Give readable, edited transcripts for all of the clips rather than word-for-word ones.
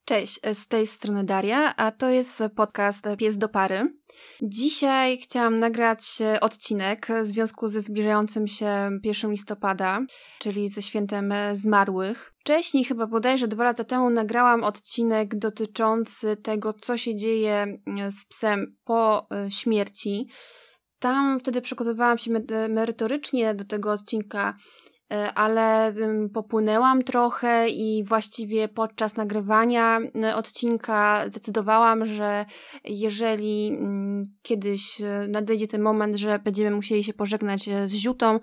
Cześć, z tej strony Daria, a to jest podcast Pies do pary. Dzisiaj chciałam nagrać odcinek w związku ze zbliżającym się 1 listopada, czyli ze świętem zmarłych. Wcześniej, chyba bodajże 2 lata temu, nagrałam odcinek dotyczący tego, co się dzieje z psem po śmierci. Tam wtedy przygotowywałam się merytorycznie do tego odcinka, ale popłynęłam trochę i właściwie podczas nagrywania odcinka zdecydowałam, że jeżeli kiedyś nadejdzie ten moment, że będziemy musieli się pożegnać z Ziutą,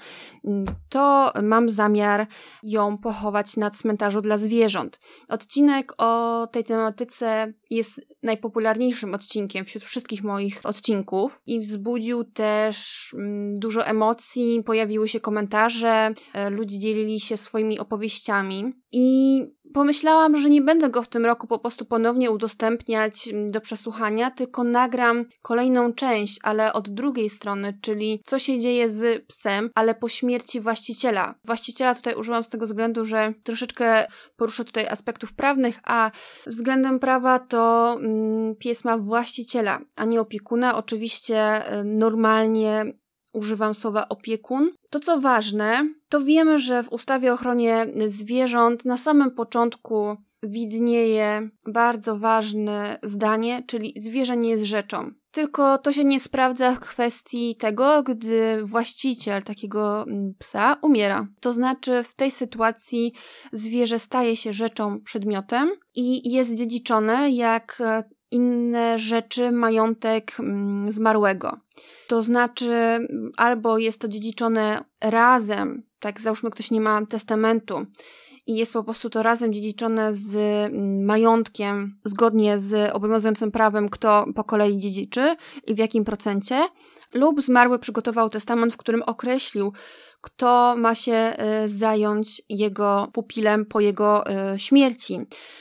to mam zamiar ją pochować na cmentarzu dla zwierząt. Odcinek o tej tematyce jest najpopularniejszym odcinkiem wśród wszystkich moich odcinków i wzbudził też dużo emocji, pojawiły się komentarze, ludzie dzielili się swoimi opowieściami i pomyślałam, że nie będę go w tym roku po prostu ponownie udostępniać do przesłuchania, tylko nagram kolejną część, ale od drugiej strony, czyli co się dzieje z psem, ale po śmierci właściciela. Właściciela tutaj użyłam z tego względu, że troszeczkę poruszę tutaj aspektów prawnych, a względem prawa to pies ma właściciela, a nie opiekuna. Oczywiście normalnie używam słowa opiekun. To co ważne, to wiemy, że w ustawie o ochronie zwierząt na samym początku widnieje bardzo ważne zdanie, czyli zwierzę nie jest rzeczą. Tylko to się nie sprawdza w kwestii tego, gdy właściciel takiego psa umiera. To znaczy w tej sytuacji zwierzę staje się rzeczą, przedmiotem i jest dziedziczone jak inne rzeczy, majątek zmarłego. To znaczy albo jest to dziedziczone razem, tak załóżmy ktoś nie ma testamentu i jest po prostu to razem dziedziczone z majątkiem, zgodnie z obowiązującym prawem, kto po kolei dziedziczy i w jakim procencie, lub zmarły przygotował testament, w którym określił, kto ma się zająć jego pupilem po jego śmierci.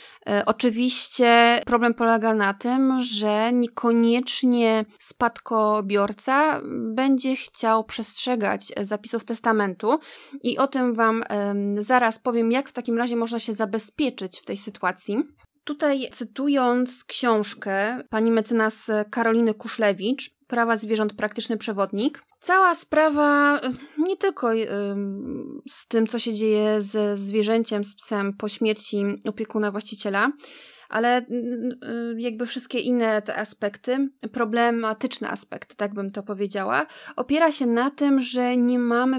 Oczywiście problem polega na tym, że niekoniecznie spadkobiorca będzie chciał przestrzegać zapisów testamentu i o tym Wam zaraz powiem, jak w takim razie można się zabezpieczyć w tej sytuacji. Tutaj cytując książkę pani mecenas Karoliny Kuszlewicz, Prawa zwierząt, praktyczny przewodnik, cała sprawa nie tylko z tym, co się dzieje ze zwierzęciem, z psem po śmierci opiekuna właściciela, ale jakby wszystkie inne te aspekty, problematyczne aspekty, tak bym to powiedziała, opiera się na tym, że nie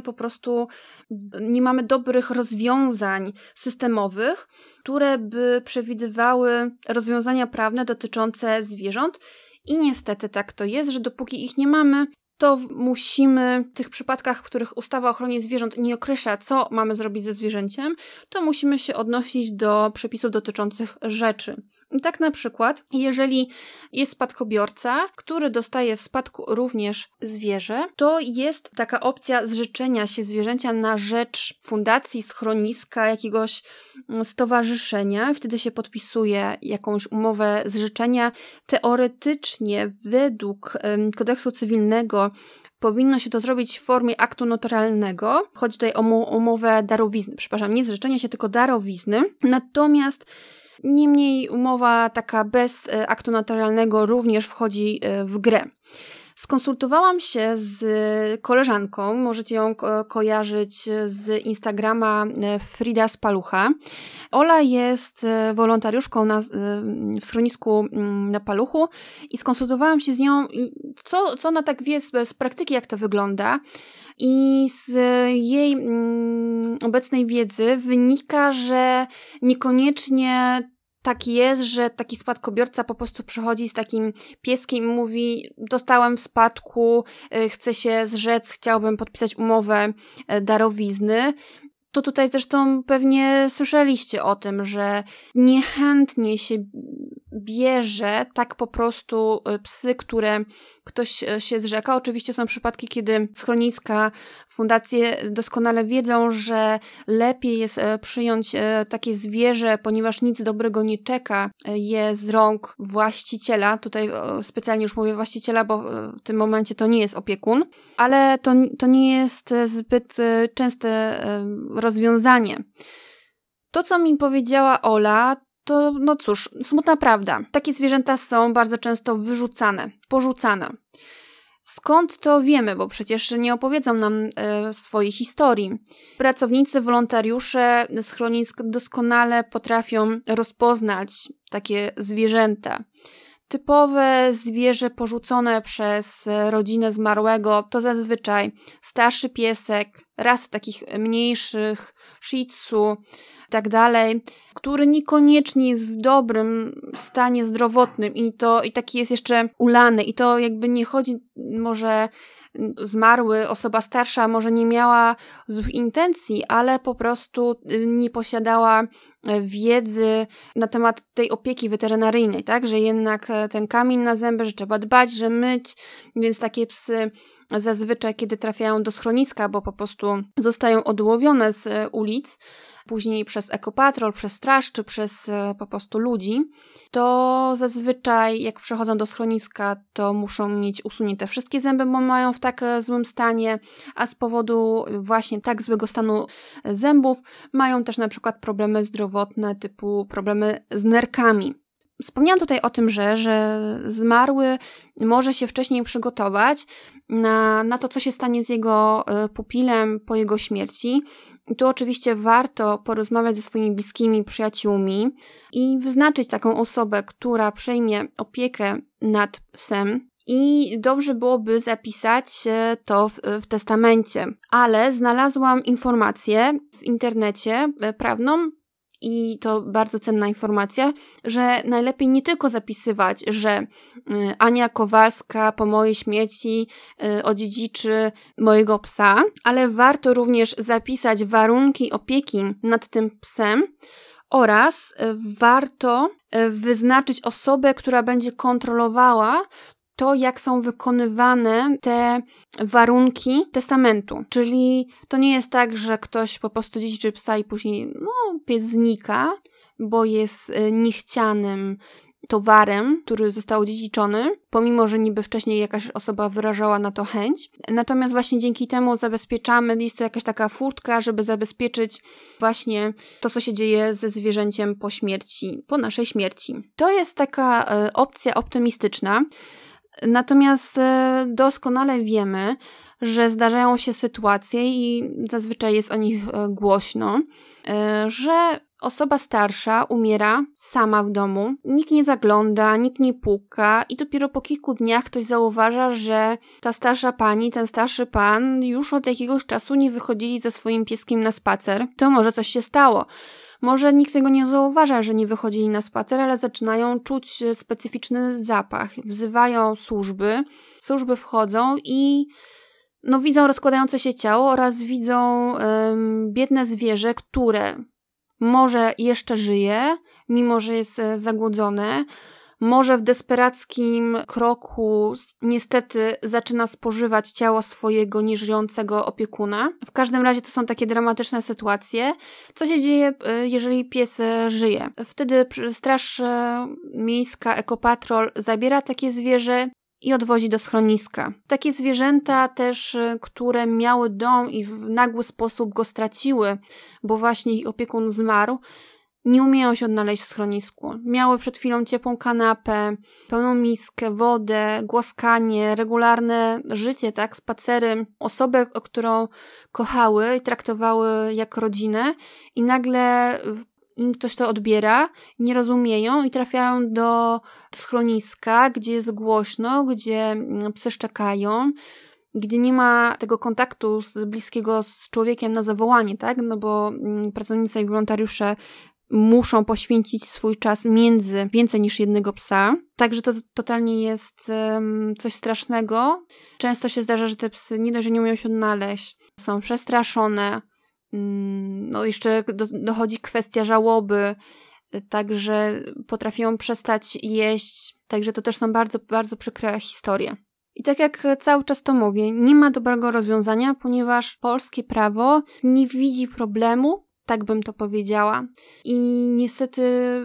mamy dobrych rozwiązań systemowych, które by przewidywały rozwiązania prawne dotyczące zwierząt. I niestety tak to jest, że dopóki ich nie mamy, to musimy w tych przypadkach, w których ustawa o ochronie zwierząt nie określa, co mamy zrobić ze zwierzęciem, to musimy się odnosić do przepisów dotyczących rzeczy. I tak na przykład, jeżeli jest spadkobiorca, który dostaje w spadku również zwierzę, to jest taka opcja zrzeczenia się zwierzęcia na rzecz fundacji, schroniska, jakiegoś stowarzyszenia. Wtedy się podpisuje jakąś umowę zrzeczenia. Teoretycznie według kodeksu cywilnego powinno się to zrobić w formie aktu notarialnego. Chodzi tutaj o umowę darowizny. Nie zrzeczenia się, tylko darowizny. Natomiast niemniej umowa taka bez aktu notarialnego również wchodzi w grę. Skonsultowałam się z koleżanką, możecie ją kojarzyć z Instagrama Frida Spalucha. Ola jest wolontariuszką w schronisku na Paluchu i skonsultowałam się z nią, co ona tak wie z praktyki, jak to wygląda. I z jej obecnej wiedzy wynika, że niekoniecznie tak jest, że taki spadkobiorca po prostu przychodzi z takim pieskiem i mówi: dostałem w spadku, chcę się zrzec, chciałbym podpisać umowę darowizny. To tutaj zresztą pewnie słyszeliście o tym, że niechętnie się bierze tak po prostu psy, które ktoś się zrzeka. Oczywiście są przypadki, kiedy schroniska, fundacje doskonale wiedzą, że lepiej jest przyjąć takie zwierzę, ponieważ nic dobrego nie czeka je z rąk właściciela. Tutaj specjalnie już mówię właściciela, bo w tym momencie to nie jest opiekun, ale to nie jest zbyt częste rozwiązanie. To, co mi powiedziała Ola, to no cóż, smutna prawda. Takie zwierzęta są bardzo często wyrzucane, porzucane. Skąd to wiemy? Bo przecież nie opowiedzą nam swojej historii. Pracownicy, wolontariusze schronisk doskonale potrafią rozpoznać takie zwierzęta. Typowe zwierzę porzucone przez rodzinę zmarłego to zazwyczaj starszy piesek, ras takich mniejszych, shih tzu, tak dalej, który niekoniecznie jest w dobrym stanie zdrowotnym i taki jest jeszcze ulany i to jakby nie chodzi, może zmarły, osoba starsza może nie miała złych intencji, ale po prostu nie posiadała wiedzy na temat tej opieki weterynaryjnej, tak, że jednak ten kamień na zęby, że trzeba dbać, że myć, więc takie psy zazwyczaj, kiedy trafiają do schroniska, bo po prostu zostają odłowione z ulic, później przez ekopatrol, przez straż czy przez po prostu ludzi, to zazwyczaj jak przychodzą do schroniska, to muszą mieć usunięte wszystkie zęby, bo mają w tak złym stanie, a z powodu właśnie tak złego stanu zębów mają też na przykład problemy zdrowotne typu problemy z nerkami. Wspomniałam tutaj o tym, że zmarły może się wcześniej przygotować na to, co się stanie z jego pupilem po jego śmierci. I tu oczywiście warto porozmawiać ze swoimi bliskimi przyjaciółmi i wyznaczyć taką osobę, która przejmie opiekę nad psem. I dobrze byłoby zapisać to w testamencie. Ale znalazłam informację w internecie prawną, i to bardzo cenna informacja, że najlepiej nie tylko zapisywać, że Ania Kowalska po mojej śmierci odziedziczy mojego psa, ale warto również zapisać warunki opieki nad tym psem oraz warto wyznaczyć osobę, która będzie kontrolowała to, jak są wykonywane te warunki testamentu. Czyli to nie jest tak, że ktoś po prostu dziedziczy psa i później pies znika, bo jest niechcianym towarem, który został dziedziczony, pomimo, że niby wcześniej jakaś osoba wyrażała na to chęć. Natomiast właśnie dzięki temu zabezpieczamy, jest to jakaś taka furtka, żeby zabezpieczyć właśnie to, co się dzieje ze zwierzęciem po śmierci, po naszej śmierci. To jest taka opcja optymistyczna. Natomiast doskonale wiemy, że zdarzają się sytuacje i zazwyczaj jest o nich głośno, że osoba starsza umiera sama w domu, nikt nie zagląda, nikt nie puka i dopiero po kilku dniach ktoś zauważa, że ta starsza pani, ten starszy pan już od jakiegoś czasu nie wychodzili ze swoim pieskiem na spacer. To może coś się stało. Może nikt tego nie zauważa, że nie wychodzili na spacer, ale zaczynają czuć specyficzny zapach. Wzywają służby wchodzą i widzą rozkładające się ciało oraz widzą biedne zwierzę, które może jeszcze żyje, mimo że jest zagłodzone, może w desperackim kroku niestety zaczyna spożywać ciało swojego nieżyjącego opiekuna. W każdym razie to są takie dramatyczne sytuacje. Co się dzieje, jeżeli pies żyje? Wtedy straż miejska, ekopatrol zabiera takie zwierzę i odwozi do schroniska. Takie zwierzęta też, które miały dom i w nagły sposób go straciły, bo właśnie ich opiekun zmarł, nie umieją się odnaleźć w schronisku. Miały przed chwilą ciepłą kanapę, pełną miskę, wodę, głaskanie, regularne życie, tak, spacery. Osobę, którą kochały i traktowały jak rodzinę i nagle im ktoś to odbiera, nie rozumieją i trafiają do schroniska, gdzie jest głośno, gdzie psy szczekają, gdzie nie ma tego kontaktu bliskiego z człowiekiem na zawołanie, tak, bo pracownicy i wolontariusze muszą poświęcić swój czas między więcej niż jednego psa. Także to totalnie jest coś strasznego. Często się zdarza, że te psy nie dość, że nie umieją się odnaleźć, są przestraszone. Jeszcze dochodzi kwestia żałoby, także potrafią przestać jeść. Także to też są bardzo, bardzo przykre historie. I tak jak cały czas to mówię, nie ma dobrego rozwiązania, ponieważ polskie prawo nie widzi problemu, tak bym to powiedziała. I niestety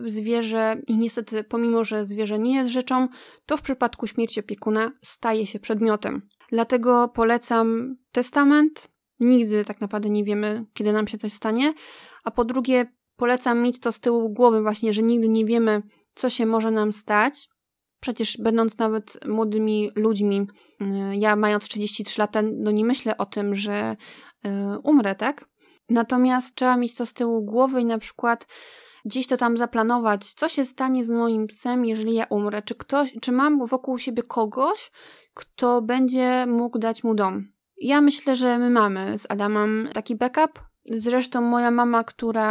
pomimo, że zwierzę nie jest rzeczą, to w przypadku śmierci opiekuna staje się przedmiotem. Dlatego polecam testament. Nigdy tak naprawdę nie wiemy, kiedy nam się coś stanie. A po drugie, Polecam mieć to z tyłu głowy właśnie, że nigdy nie wiemy, co się może nam stać. Przecież będąc nawet młodymi ludźmi, ja mając 33 lata, nie myślę o tym, że umrę, tak? Natomiast trzeba mieć to z tyłu głowy i na przykład gdzieś to tam zaplanować, co się stanie z moim psem, jeżeli ja umrę. Czy mam wokół siebie kogoś, kto będzie mógł dać mu dom. Ja myślę, że my mamy z Adamem taki backup. Zresztą moja mama,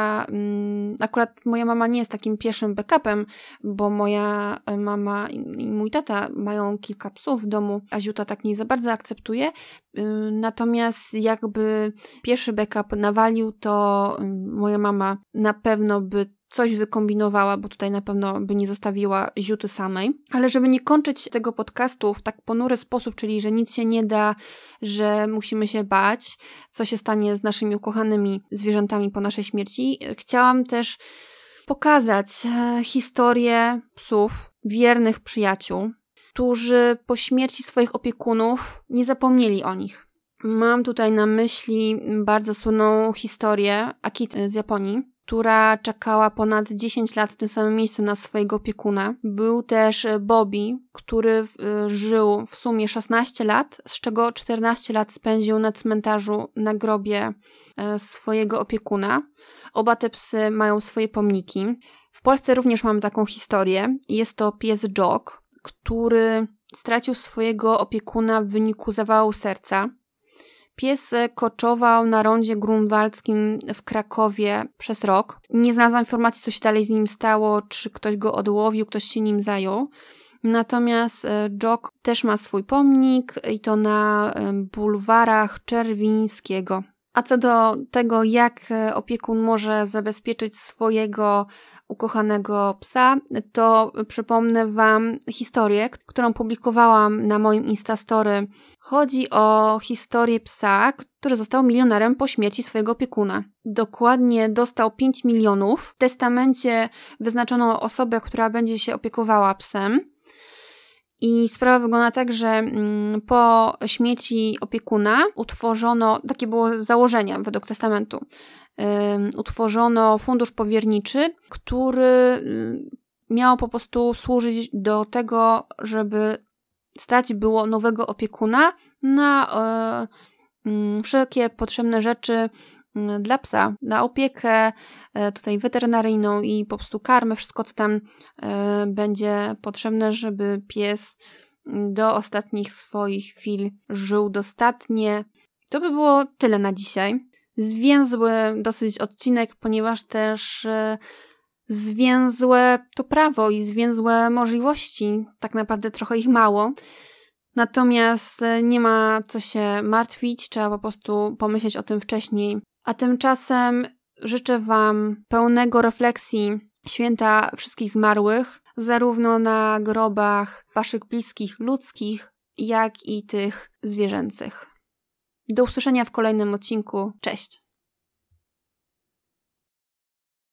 akurat moja mama nie jest takim pierwszym backupem, bo moja mama i mój tata mają kilka psów w domu, a Ziuta tak nie za bardzo akceptuje. Natomiast jakby pierwszy backup nawalił, to moja mama na pewno by coś wykombinowała, bo tutaj na pewno by nie zostawiła Ziuty samej. Ale żeby nie kończyć tego podcastu w tak ponury sposób, czyli że nic się nie da, że musimy się bać, co się stanie z naszymi ukochanymi zwierzętami po naszej śmierci, chciałam też pokazać historię psów, wiernych przyjaciół, którzy po śmierci swoich opiekunów nie zapomnieli o nich. Mam tutaj na myśli bardzo słynną historię Akity z Japonii, która czekała ponad 10 lat w tym samym miejscu na swojego opiekuna. Był też Bobby, który żył w sumie 16 lat, z czego 14 lat spędził na cmentarzu na grobie swojego opiekuna. Oba te psy mają swoje pomniki. W Polsce również mamy taką historię. Jest to pies Jog, który stracił swojego opiekuna w wyniku zawału serca. Pies koczował na rondzie grunwaldzkim w Krakowie przez rok. Nie znalazłam informacji, co się dalej z nim stało, czy ktoś go odłowił, ktoś się nim zajął. Natomiast Jog też ma swój pomnik i to na bulwarach Czerwińskiego. A co do tego, jak opiekun może zabezpieczyć swojego ukochanego psa, to przypomnę Wam historię, którą publikowałam na moim Instastory. Chodzi o historię psa, który został milionerem po śmierci swojego opiekuna. Dokładnie dostał 5 milionów. W testamencie wyznaczono osobę, która będzie się opiekowała psem. I sprawa wygląda tak, że po śmierci opiekuna utworzono, takie było założenie według testamentu, utworzono fundusz powierniczy, który miał po prostu służyć do tego, żeby stać było nowego opiekuna na wszelkie potrzebne rzeczy dla psa, na opiekę tutaj weterynaryjną i po prostu karmę, wszystko co tam będzie potrzebne, żeby pies do ostatnich swoich chwil żył dostatnie. To by było tyle na dzisiaj. Zwięzły dosyć odcinek, ponieważ też zwięzłe to prawo i zwięzłe możliwości, tak naprawdę trochę ich mało. Natomiast nie ma co się martwić, trzeba po prostu pomyśleć o tym wcześniej. A tymczasem życzę Wam pełnego refleksji święta wszystkich zmarłych, zarówno na grobach Waszych bliskich ludzkich, jak i tych zwierzęcych. Do usłyszenia w kolejnym odcinku. Cześć!